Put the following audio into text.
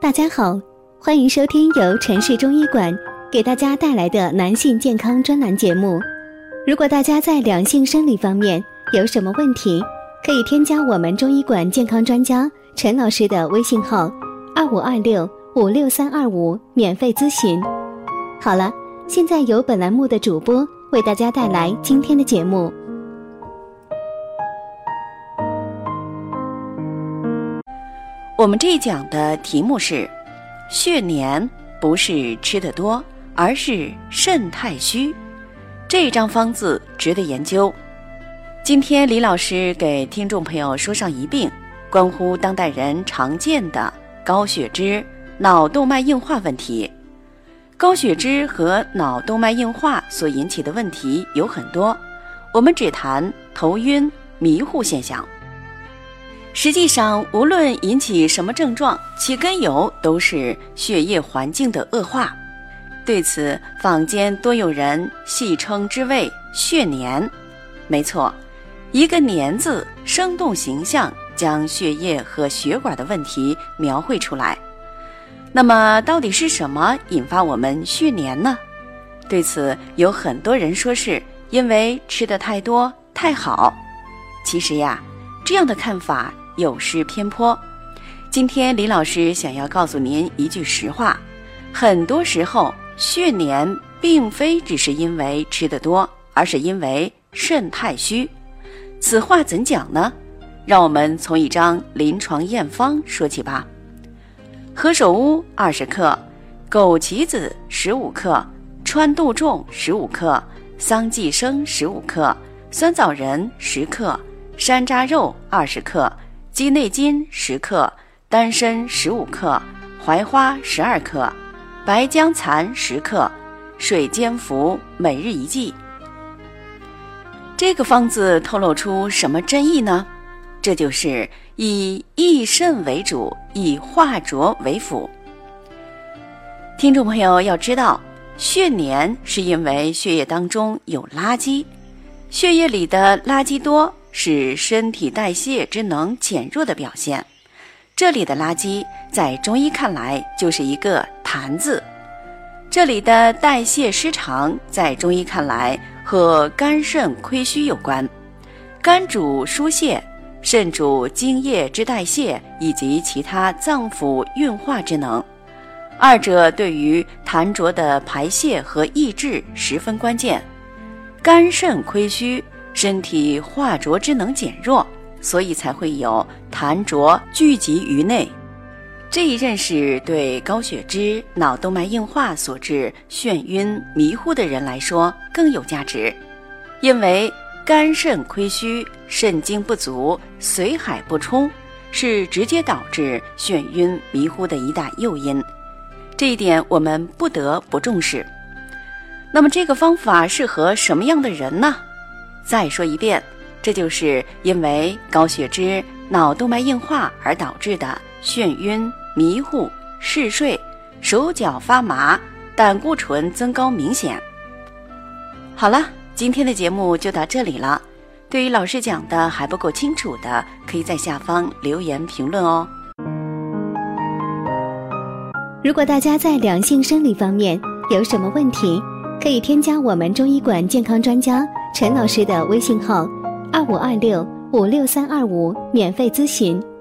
大家好，欢迎收听由城市中医馆给大家带来的男性健康专栏节目。如果大家在两性生理方面有什么问题，可以添加我们中医馆健康专家陈老师的微信号2526-56325免费咨询。好了，现在由本栏目的主播为大家带来今天的节目。 我们这一讲的题目是血黏不是吃得多，而是肾太虚。这一章方子值得研究。今天李老师给听众朋友说上一病，关乎当代人常见的高血脂、脑动脉硬化问题。高血脂和脑动脉硬化所引起的问题有很多，我们只谈头晕、迷糊现象。实际上，无论引起什么症状，其根由都是血液环境的恶化。对此，坊间多有人戏称之为血黏。没错，一个黏字生动形象将血液和血管的问题描绘出来。那么到底是什么引发我们血黏呢？对此，有很多人说是因为吃得太多太好。其实呀，这样的看法有失偏颇。今天李老师想要告诉您一句实话，很多时候血黏并非只是因为吃得多，而是因为肾太虚。此话怎讲呢？让我们从一张临床验方说起吧。何首乌20克，枸杞子15克，川杜仲15克，桑寄生15克，酸枣仁10克，山楂肉20克，鸡内金10克，丹参15克，槐花12克，白姜蚕10克，水煎服每日1剂。这个方子透露出什么真意呢？这就是以益肾为主，以化浊为辅。听众朋友要知道，血黏是因为血液当中有垃圾，血液里的垃圾多是身体代谢之能减弱的表现。这里的垃圾在中医看来就是一个痰字。这里的代谢失常在中医看来和肝肾亏虚有关。肝主疏泄，肾主精液之代谢以及其他脏腑运化之能，二者对于痰浊的排泄和抑制十分关键。肝肾亏虚，身体化浊之能减弱，所以才会有痰浊聚集于内。这一认识对高血脂、脑动脉硬化所致眩晕迷糊的人来说更有价值。因为肝肾亏虚，肾精不足，髓海不充，是直接导致眩晕迷糊的一大诱因。这一点我们不得不重视。那么这个方法适合什么样的人呢？再说一遍，这就是因为高血脂、脑动脉硬化而导致的眩晕、迷糊、嗜睡、手脚发麻、胆固醇增高明显。好了，今天的节目就到这里了。对于老师讲的还不够清楚的，可以在下方留言评论哦。 如果大家在两性生理方面有什么问题，可以添加我们中医馆健康专家陈老师的微信号2526-56325免费咨询。